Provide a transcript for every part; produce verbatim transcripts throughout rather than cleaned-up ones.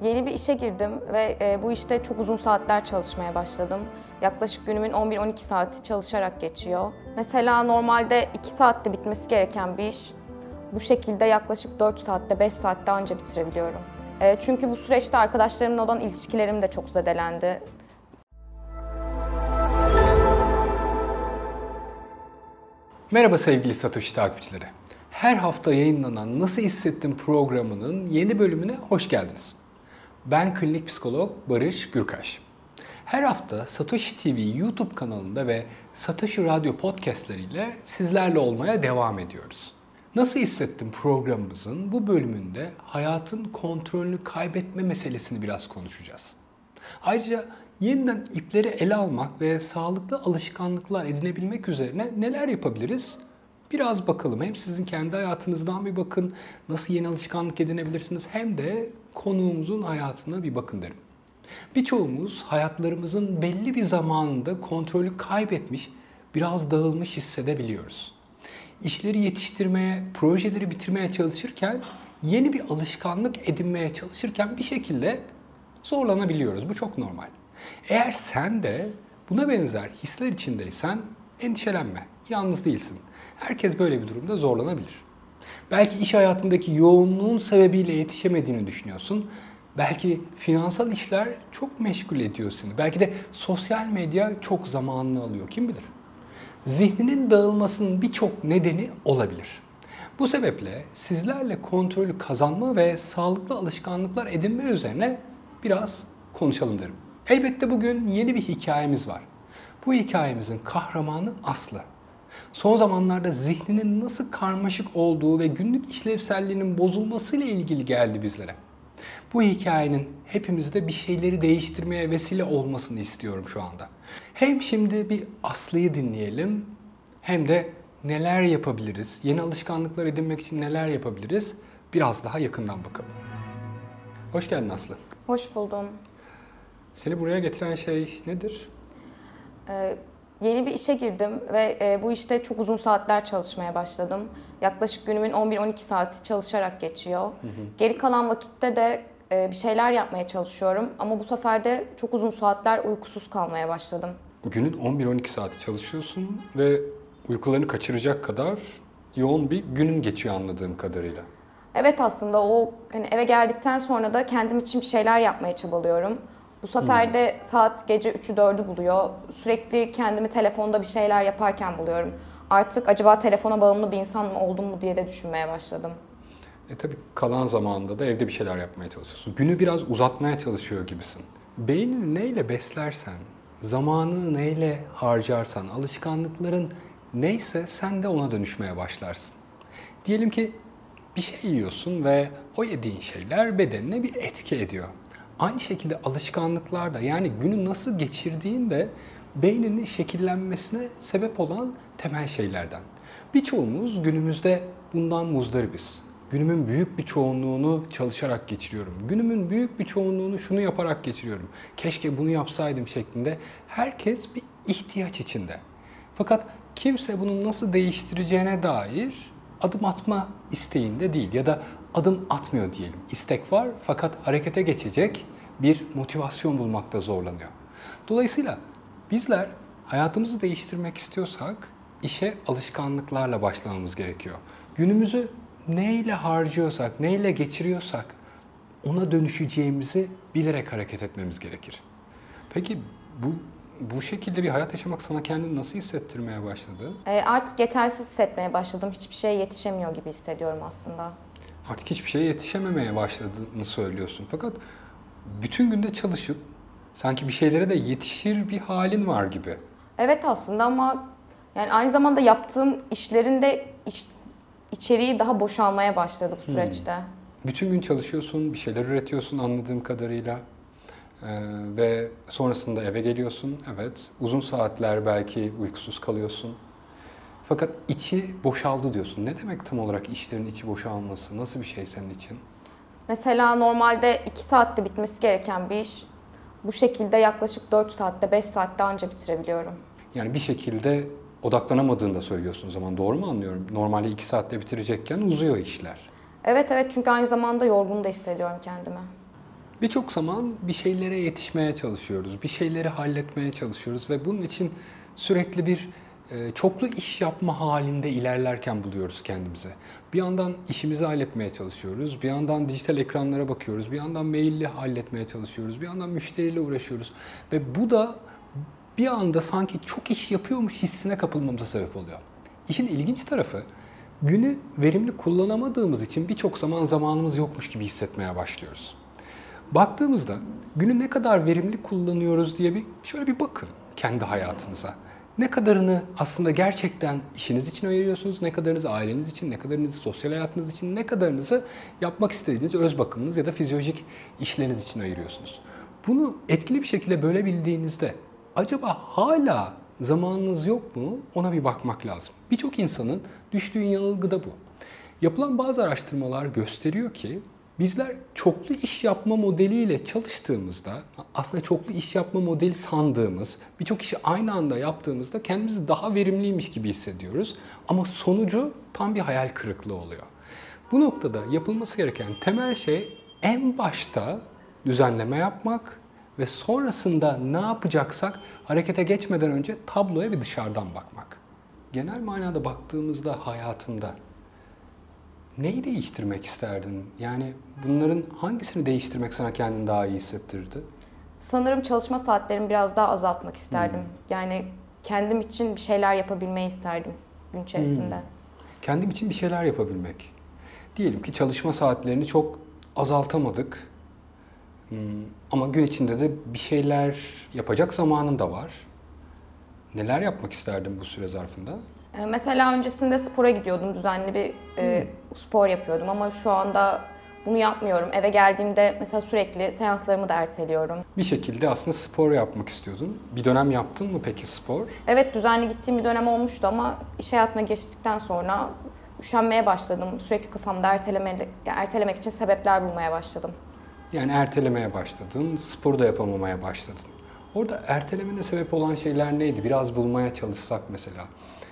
Yeni bir işe girdim ve e, bu işte çok uzun saatler çalışmaya başladım. Yaklaşık günümün on bir on iki saati çalışarak geçiyor. Mesela normalde iki saatte bitmesi gereken bir iş bu şekilde yaklaşık dört saatte, beş saatte anca bitirebiliyorum. E, çünkü bu süreçte arkadaşlarımla olan ilişkilerim de çok zedelendi. Merhaba sevgili Satoshi takipçileri. Her hafta yayınlanan Nasıl Hissettim programının yeni bölümüne hoş geldiniz. Ben klinik psikolog Barış Gürkaş. Her hafta Satoshi T V YouTube kanalında ve Satoshi Radyo podcastleriyle sizlerle olmaya devam ediyoruz. Nasıl Hissettim programımızın bu bölümünde hayatın kontrolünü kaybetme meselesini biraz konuşacağız. Ayrıca yeniden ipleri ele almak ve sağlıklı alışkanlıklar edinebilmek üzerine neler yapabiliriz? Biraz bakalım. Hem sizin kendi hayatınızdan bir bakın, nasıl yeni alışkanlık edinebilirsiniz, hem de konuğumuzun hayatına bir bakın derim. Birçoğumuz hayatlarımızın belli bir zamanında kontrolü kaybetmiş, biraz dağılmış hissedebiliyoruz. İşleri yetiştirmeye, projeleri bitirmeye çalışırken, yeni bir alışkanlık edinmeye çalışırken bir şekilde zorlanabiliyoruz. Bu çok normal. Eğer sen de buna benzer hisler içindeysen endişelenme. Yalnız değilsin. Herkes böyle bir durumda zorlanabilir. Belki iş hayatındaki yoğunluğun sebebiyle yetişemediğini düşünüyorsun. Belki finansal işler çok meşgul ediyor seni. Belki de sosyal medya çok zamanını alıyor. Kim bilir? Zihninin dağılmasının birçok nedeni olabilir. Bu sebeple sizlerle kontrolü kazanma ve sağlıklı alışkanlıklar edinme üzerine biraz konuşalım derim. Elbette bugün yeni bir hikayemiz var. Bu hikayemizin kahramanı Aslı. Son zamanlarda zihninin nasıl karmaşık olduğu ve günlük işlevselliğinin bozulmasıyla ilgili geldi bizlere. Bu hikayenin hepimizde bir şeyleri değiştirmeye vesile olmasını istiyorum şu anda. Hem şimdi bir Aslı'yı dinleyelim, hem de neler yapabiliriz, yeni alışkanlıklar edinmek için neler yapabiliriz biraz daha yakından bakalım. Hoş geldin Aslı. Hoş buldum. Seni buraya getiren şey nedir? Ee, yeni bir işe girdim ve e, bu işte çok uzun saatler çalışmaya başladım. Yaklaşık günümün on bir on iki saati çalışarak geçiyor. Hı hı. Geri kalan vakitte de e, bir şeyler yapmaya çalışıyorum ama bu sefer de çok uzun saatler uykusuz kalmaya başladım. Günün on bir on iki saati çalışıyorsun ve uykularını kaçıracak kadar yoğun bir günün geçiyor anladığım kadarıyla. Evet, aslında o hani eve geldikten sonra da kendim için bir şeyler yapmaya çabalıyorum. Bu sefer de saat gece üçü dördü buluyor. Sürekli kendimi telefonda bir şeyler yaparken buluyorum. Artık acaba telefona bağımlı bir insan mı oldum mu diye de düşünmeye başladım. E tabii kalan zamanında da evde bir şeyler yapmaya çalışıyorsun. Günü biraz uzatmaya çalışıyor gibisin. Beynini neyle beslersen, zamanını neyle harcarsan, alışkanlıkların neyse sen de ona dönüşmeye başlarsın. Diyelim ki bir şey yiyorsun ve o yediğin şeyler bedenine bir etki ediyor. Aynı şekilde alışkanlıklar da, yani günü nasıl geçirdiğin de beyninin şekillenmesine sebep olan temel şeylerden. Birçoğumuz günümüzde bundan muzdaribiz. Günümün büyük bir çoğunluğunu çalışarak geçiriyorum. Günümün büyük bir çoğunluğunu şunu yaparak geçiriyorum. Keşke bunu yapsaydım şeklinde herkes bir ihtiyaç içinde. Fakat kimse bunu nasıl değiştireceğine dair adım atma isteğinde değil ya da adım atmıyor diyelim. İstek var fakat harekete geçecek bir motivasyon bulmakta zorlanıyor. Dolayısıyla bizler hayatımızı değiştirmek istiyorsak işe alışkanlıklarla başlamamız gerekiyor. Günümüzü neyle harcıyorsak, neyle geçiriyorsak ona dönüşeceğimizi bilerek hareket etmemiz gerekir. Peki bu bu şekilde bir hayat yaşamak sana kendini nasıl hissettirmeye başladı? E, artık yetersiz hissetmeye başladım. Hiçbir şeye yetişemiyor gibi hissediyorum aslında. Artık hiçbir şeye yetişememeye başladığını söylüyorsun. Fakat bütün günde çalışıp sanki bir şeylere de yetişir bir halin var gibi. Evet aslında ama yani aynı zamanda yaptığım işlerin de iş, içeriği daha boşalmaya başladı bu süreçte. Hmm. Bütün gün çalışıyorsun, bir şeyler üretiyorsun anladığım kadarıyla. Ee, ve sonrasında eve geliyorsun. Evet, uzun saatler belki uykusuz kalıyorsun. Fakat içi boşaldı diyorsun. Ne demek tam olarak işlerin içi boşalması? Nasıl bir şey senin için? Mesela normalde iki saatte bitmesi gereken bir iş bu şekilde yaklaşık dört saatte, beş saatte anca bitirebiliyorum. Yani bir şekilde odaklanamadığını da söylüyorsun o zaman. Doğru mu anlıyorum? Normalde iki saatte bitirecekken uzuyor işler. Evet evet, çünkü aynı zamanda yorgun da hissediyorum kendimi. Birçok zaman bir şeylere yetişmeye çalışıyoruz, bir şeyleri halletmeye çalışıyoruz ve bunun için sürekli bir e, çoklu iş yapma halinde ilerlerken buluyoruz kendimizi. Bir yandan işimizi halletmeye çalışıyoruz, bir yandan dijital ekranlara bakıyoruz, bir yandan maili halletmeye çalışıyoruz, bir yandan müşteriyle uğraşıyoruz ve bu da bir anda sanki çok iş yapıyormuş hissine kapılmamıza sebep oluyor. İşin ilginç tarafı, günü verimli kullanamadığımız için birçok zaman zamanımız yokmuş gibi hissetmeye başlıyoruz. Baktığımızda günü ne kadar verimli kullanıyoruz diye bir şöyle bir bakın kendi hayatınıza. Ne kadarını aslında gerçekten işiniz için ayırıyorsunuz, ne kadarınızı aileniz için, ne kadarınızı sosyal hayatınız için, ne kadarınızı yapmak istediğiniz öz bakımınız ya da fizyolojik işleriniz için ayırıyorsunuz. Bunu etkili bir şekilde bölebildiğinizde acaba hala zamanınız yok mu? Ona bir bakmak lazım. Birçok insanın düştüğü yanılgı da bu. Yapılan bazı araştırmalar gösteriyor ki bizler çoklu iş yapma modeliyle çalıştığımızda, aslında çoklu iş yapma modeli sandığımız, birçok işi aynı anda yaptığımızda kendimizi daha verimliymiş gibi hissediyoruz. Ama sonucu tam bir hayal kırıklığı oluyor. Bu noktada yapılması gereken temel şey en başta düzenleme yapmak ve sonrasında ne yapacaksak harekete geçmeden önce tabloya bir dışarıdan bakmak. Genel manada baktığımızda hayatında neyi değiştirmek isterdin? Yani bunların hangisini değiştirmek sana kendini daha iyi hissettirdi? Sanırım çalışma saatlerimi biraz daha azaltmak isterdim. Hmm. Yani kendim için bir şeyler yapabilmeyi isterdim gün içerisinde. Hmm. Kendim için bir şeyler yapabilmek. Diyelim ki çalışma saatlerini çok azaltamadık. Hmm. Ama gün içinde de bir şeyler yapacak zamanın da var. Neler yapmak isterdin bu süre zarfında? Mesela öncesinde spora gidiyordum, düzenli bir e, spor yapıyordum ama şu anda bunu yapmıyorum. Eve geldiğimde mesela sürekli seanslarımı da erteliyorum. Bir şekilde aslında spor yapmak istiyordun. Bir dönem yaptın mı peki spor? Evet, düzenli gittiğim bir dönem olmuştu ama iş hayatına geçtikten sonra üşenmeye başladım. Sürekli kafamda erteleme, ertelemek için sebepler bulmaya başladım. Yani ertelemeye başladın, sporu da yapamamaya başladın. Orada ertelemene sebep olan şeyler neydi? Biraz bulmaya çalışsak mesela.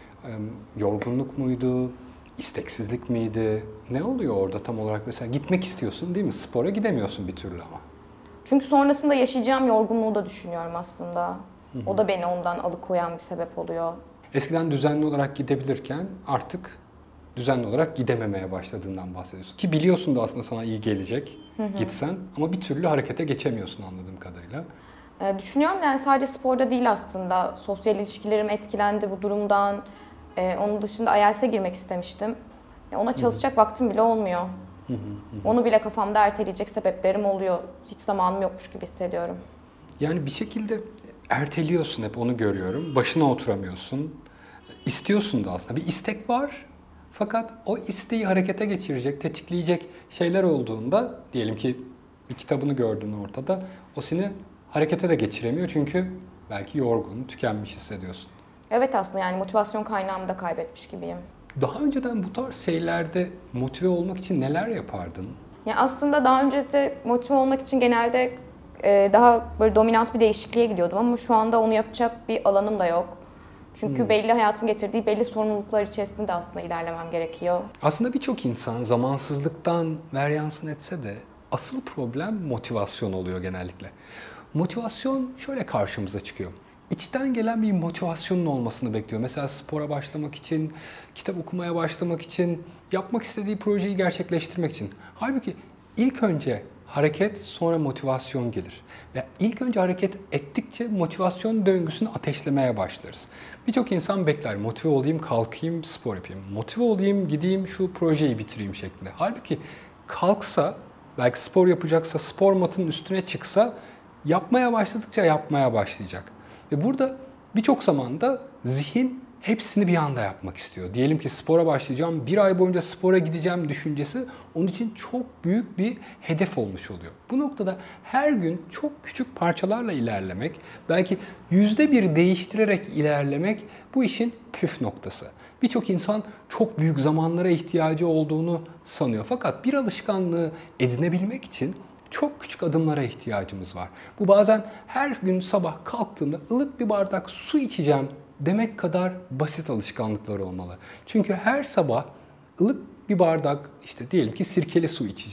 Yorgunluk muydu? İsteksizlik miydi? Ne oluyor orada tam olarak? Mesela gitmek istiyorsun değil mi? Spora gidemiyorsun bir türlü ama. Çünkü sonrasında yaşayacağım yorgunluğu da düşünüyorum aslında. Hı hı. O da beni ondan alıkoyan bir sebep oluyor. Eskiden düzenli olarak gidebilirken artık düzenli olarak gidememeye başladığından bahsediyorsun. Ki biliyorsun da aslında sana iyi gelecek hı hı. gitsen ama bir türlü harekete geçemiyorsun anladığım kadarıyla. Ee, düşünüyorum yani sadece sporda değil aslında. Sosyal ilişkilerim etkilendi bu durumdan. Ee, onun dışında I E L T S'e girmek istemiştim. Ona çalışacak hı hı. vaktim bile olmuyor. Hı hı hı. Onu bile kafamda erteleyecek sebeplerim oluyor. Hiç zamanım yokmuş gibi hissediyorum. Yani bir şekilde erteliyorsun, hep onu görüyorum. Başına oturamıyorsun. İstiyorsun da aslında. Bir istek var. Fakat o isteği harekete geçirecek, tetikleyecek şeyler olduğunda, diyelim ki bir kitabını gördün ortada, o seni harekete de geçiremiyor çünkü belki yorgun, tükenmiş hissediyorsun. Evet, aslında yani motivasyon kaynağımı da kaybetmiş gibiyim. Daha önceden bu tarz şeylerde motive olmak için neler yapardın? Ya aslında daha önce de motive olmak için genelde e, daha böyle dominant bir değişikliğe gidiyordum ama şu anda onu yapacak bir alanım da yok. Çünkü hmm. belli hayatın getirdiği belli sorumluluklar içerisinde de aslında ilerlemem gerekiyor. Aslında birçok insan zamansızlıktan veryansın etse de asıl problem motivasyon oluyor genellikle. Motivasyon şöyle karşımıza çıkıyor. İçten gelen bir motivasyonun olmasını bekliyor. Mesela spora başlamak için, kitap okumaya başlamak için, yapmak istediği projeyi gerçekleştirmek için. Halbuki ilk önce hareket, sonra motivasyon gelir. Ve ilk önce hareket ettikçe motivasyon döngüsünü ateşlemeye başlarız. Birçok insan bekler, motive olayım, kalkayım, spor yapayım. Motive olayım, gideyim, şu projeyi bitireyim şeklinde. Halbuki kalksa, belki spor yapacaksa, spor matının üstüne çıksa, yapmaya başladıkça yapmaya başlayacak. Ve burada birçok zaman da zihin hepsini bir anda yapmak istiyor. Diyelim ki spora başlayacağım, bir ay boyunca spora gideceğim düşüncesi onun için çok büyük bir hedef olmuş oluyor. Bu noktada her gün çok küçük parçalarla ilerlemek, belki yüzde bir değiştirerek ilerlemek bu işin püf noktası. Birçok insan çok büyük zamanlara ihtiyacı olduğunu sanıyor. Fakat bir alışkanlığı edinebilmek için çok küçük adımlara ihtiyacımız var. Bu bazen her gün sabah kalktığımda ılık bir bardak su içeceğim demek kadar basit alışkanlıklar olmalı. Çünkü her sabah ılık bir bardak, işte diyelim ki sirkeli su içeceğim.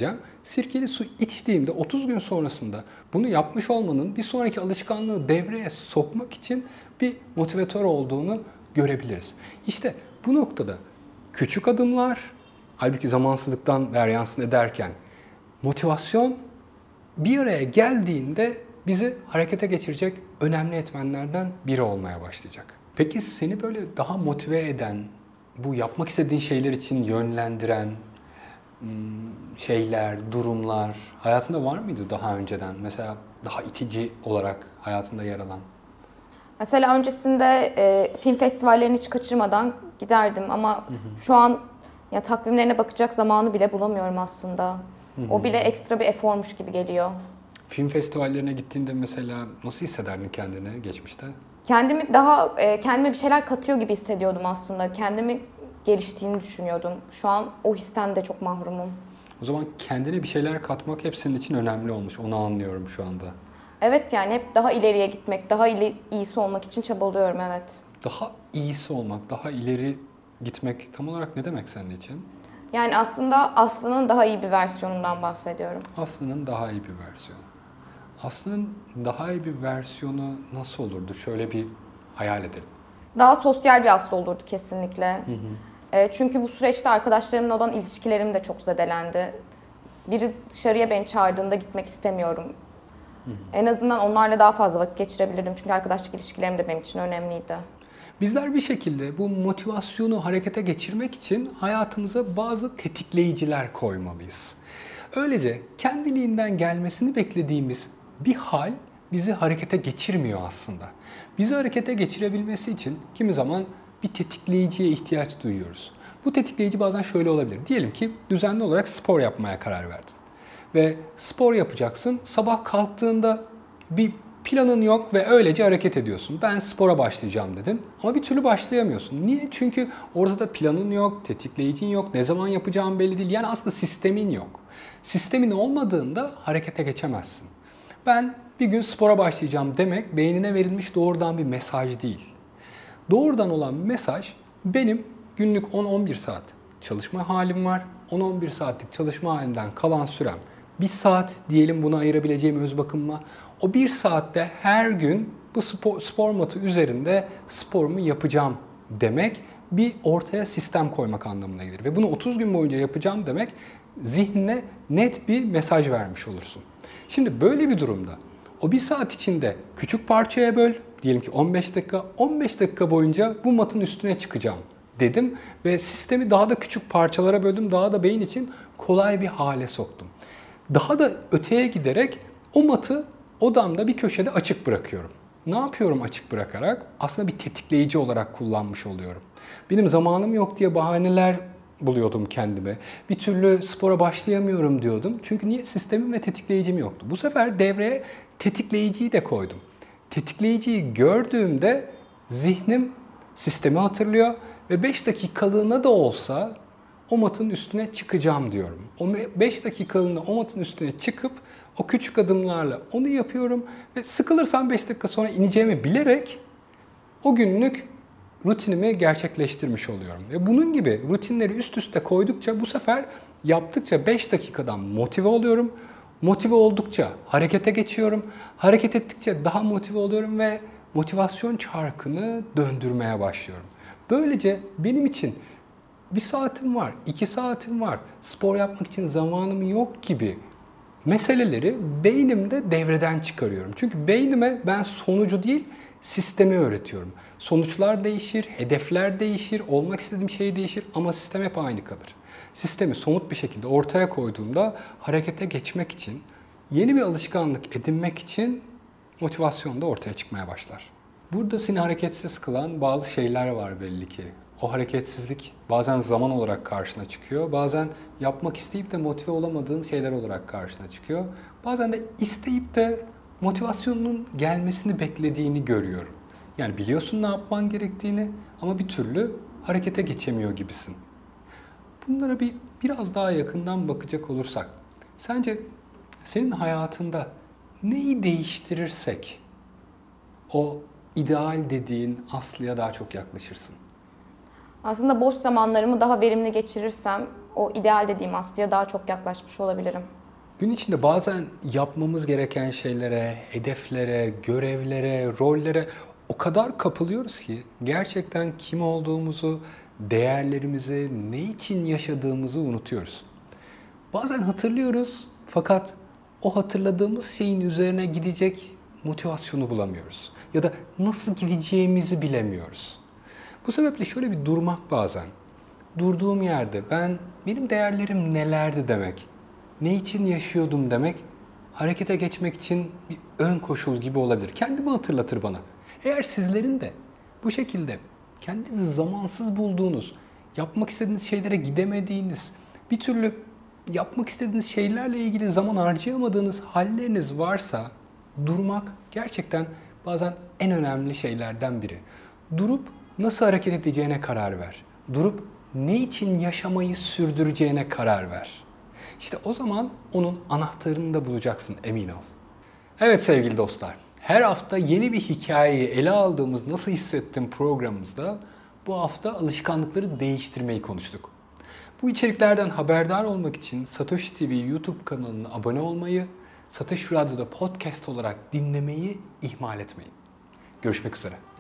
sirkeli su içtiğimde otuz gün sonrasında bunu yapmış olmanın bir sonraki alışkanlığı devreye sokmak için bir motivatör olduğunu görebiliriz. İşte bu noktada küçük adımlar, halbuki zamansızlıktan varyansın ederken motivasyon bir araya geldiğinde bizi harekete geçirecek önemli etmenlerden biri olmaya başlayacak. Peki seni böyle daha motive eden, bu yapmak istediğin şeyler için yönlendiren şeyler, durumlar hayatında var mıydı daha önceden? Mesela daha itici olarak hayatında yer alan? Mesela öncesinde e, film festivallerini hiç kaçırmadan giderdim ama hı hı. şu an ya takvimlerine bakacak zamanı bile bulamıyorum aslında. Hı hı. O bile ekstra bir eformuş gibi geliyor. Film festivallerine gittiğinde mesela nasıl hissederdin kendini geçmişte? Kendimi daha e, kendime bir şeyler katıyor gibi hissediyordum aslında. Kendimi geliştiğini düşünüyordum. Şu an o histen de çok mahrumum. O zaman kendine bir şeyler katmak hepsinin için önemli olmuş. Onu anlıyorum şu anda. Evet, yani hep daha ileriye gitmek, daha ileri, iyisi olmak için çabalıyorum, evet. Daha iyisi olmak, daha ileri gitmek tam olarak ne demek senin için? Yani aslında Aslı'nın daha iyi bir versiyonundan bahsediyorum. Aslı'nın daha iyi bir versiyonu. Aslı'nın daha iyi bir versiyonu nasıl olurdu? Şöyle bir hayal edelim. Daha sosyal bir Aslı olurdu kesinlikle. Hı hı. E, çünkü bu süreçte arkadaşlarımla olan ilişkilerim de çok zedelendi. Biri dışarıya beni çağırdığında gitmek istemiyorum. Hı hı. En azından onlarla daha fazla vakit geçirebilirdim. Çünkü arkadaşlık ilişkilerim de benim için önemliydi. Bizler bir şekilde bu motivasyonu harekete geçirmek için hayatımıza bazı tetikleyiciler koymalıyız. Öylece kendiliğinden gelmesini beklediğimiz bir hal bizi harekete geçirmiyor aslında. Bizi harekete geçirebilmesi için kimi zaman bir tetikleyiciye ihtiyaç duyuyoruz. Bu tetikleyici bazen şöyle olabilir. Diyelim ki düzenli olarak spor yapmaya karar verdin. Ve spor yapacaksın. Sabah kalktığında bir planın yok ve öylece hareket ediyorsun. Ben spora başlayacağım dedin ama bir türlü başlayamıyorsun. Niye? Çünkü ortada planın yok, tetikleyicin yok, ne zaman yapacağın belli değil. Yani aslında sistemin yok. Sistemin olmadığında harekete geçemezsin. Ben bir gün spora başlayacağım demek beynine verilmiş doğrudan bir mesaj değil. Doğrudan olan mesaj benim günlük on on bir saat çalışma halim var. on on bir saatlik çalışma halimden kalan sürem bir saat diyelim buna ayırabileceğim öz bakımıma. O bir saatte her gün bu spor, spor matı üzerinde sporumu yapacağım demek bir ortaya sistem koymak anlamına gelir. Ve bunu otuz gün boyunca yapacağım demek zihnine net bir mesaj vermiş olursun. Şimdi böyle bir durumda o bir saat içinde küçük parçaya böl, diyelim ki on beş dakika, on beş dakika boyunca bu matın üstüne çıkacağım dedim ve sistemi daha da küçük parçalara böldüm, daha da beyin için kolay bir hale soktum. Daha da öteye giderek o matı odamda bir köşede açık bırakıyorum. Ne yapıyorum açık bırakarak? Aslında bir tetikleyici olarak kullanmış oluyorum. Benim zamanım yok diye bahaneler buluyordum kendime. Bir türlü spora başlayamıyorum diyordum. Çünkü niye? Sistemim ve tetikleyicim yoktu. Bu sefer devreye tetikleyiciyi de koydum. Tetikleyiciyi gördüğümde zihnim sistemi hatırlıyor ve beş dakikalığına da olsa o matın üstüne çıkacağım diyorum. O beş dakikalığına o matın üstüne çıkıp o küçük adımlarla onu yapıyorum ve sıkılırsam beş dakika sonra ineceğimi bilerek o günlük rutinimi gerçekleştirmiş oluyorum. Ve bunun gibi rutinleri üst üste koydukça bu sefer yaptıkça beş dakikadan motive oluyorum. Motive oldukça harekete geçiyorum. Hareket ettikçe daha motive oluyorum ve motivasyon çarkını döndürmeye başlıyorum. Böylece benim için bir saatim var, iki saatim var, spor yapmak için zamanım yok gibi meseleleri beynimde devreden çıkarıyorum. Çünkü beynime ben sonucu değil, sistemi öğretiyorum. Sonuçlar değişir, hedefler değişir, olmak istediğim şey değişir ama sistem hep aynı kalır. Sistemi somut bir şekilde ortaya koyduğumda harekete geçmek için, yeni bir alışkanlık edinmek için motivasyon da ortaya çıkmaya başlar. Burada seni hareketsiz kılan bazı şeyler var belli ki. O hareketsizlik bazen zaman olarak karşına çıkıyor. Bazen yapmak isteyip de motive olamadığın şeyler olarak karşına çıkıyor. Bazen de isteyip de motivasyonunun gelmesini beklediğini görüyorum. Yani biliyorsun ne yapman gerektiğini ama bir türlü harekete geçemiyor gibisin. Bunlara bir biraz daha yakından bakacak olursak, sence senin hayatında neyi değiştirirsek o ideal dediğin Aslı'ya daha çok yaklaşırsın? Aslında boş zamanlarımı daha verimli geçirirsem o ideal dediğim Aslı'ya daha çok yaklaşmış olabilirim. Gün içinde bazen yapmamız gereken şeylere, hedeflere, görevlere, rollere o kadar kapılıyoruz ki gerçekten kim olduğumuzu, değerlerimizi, ne için yaşadığımızı unutuyoruz. Bazen hatırlıyoruz fakat o hatırladığımız şeyin üzerine gidecek motivasyonu bulamıyoruz. Ya da nasıl gideceğimizi bilemiyoruz. Bu sebeple şöyle bir durmak bazen. Durduğum yerde ben, benim değerlerim nelerdi demek, ne için yaşıyordum demek, harekete geçmek için bir ön koşul gibi olabilir. Kendimi hatırlatır bana. Eğer sizlerin de bu şekilde kendinizi zamansız bulduğunuz, yapmak istediğiniz şeylere gidemediğiniz, bir türlü yapmak istediğiniz şeylerle ilgili zaman harcayamadığınız halleriniz varsa, durmak gerçekten bazen en önemli şeylerden biri. Durup nasıl hareket edeceğine karar ver. Durup ne için yaşamayı sürdüreceğine karar ver. İşte o zaman onun anahtarını da bulacaksın, emin ol. Evet sevgili dostlar, her hafta yeni bir hikayeyi ele aldığımız Nasıl Hissettim programımızda bu hafta alışkanlıkları değiştirmeyi konuştuk. Bu içeriklerden haberdar olmak için Satoshi T V YouTube kanalına abone olmayı, Satoshi Radyo'da podcast olarak dinlemeyi ihmal etmeyin. Görüşmek üzere.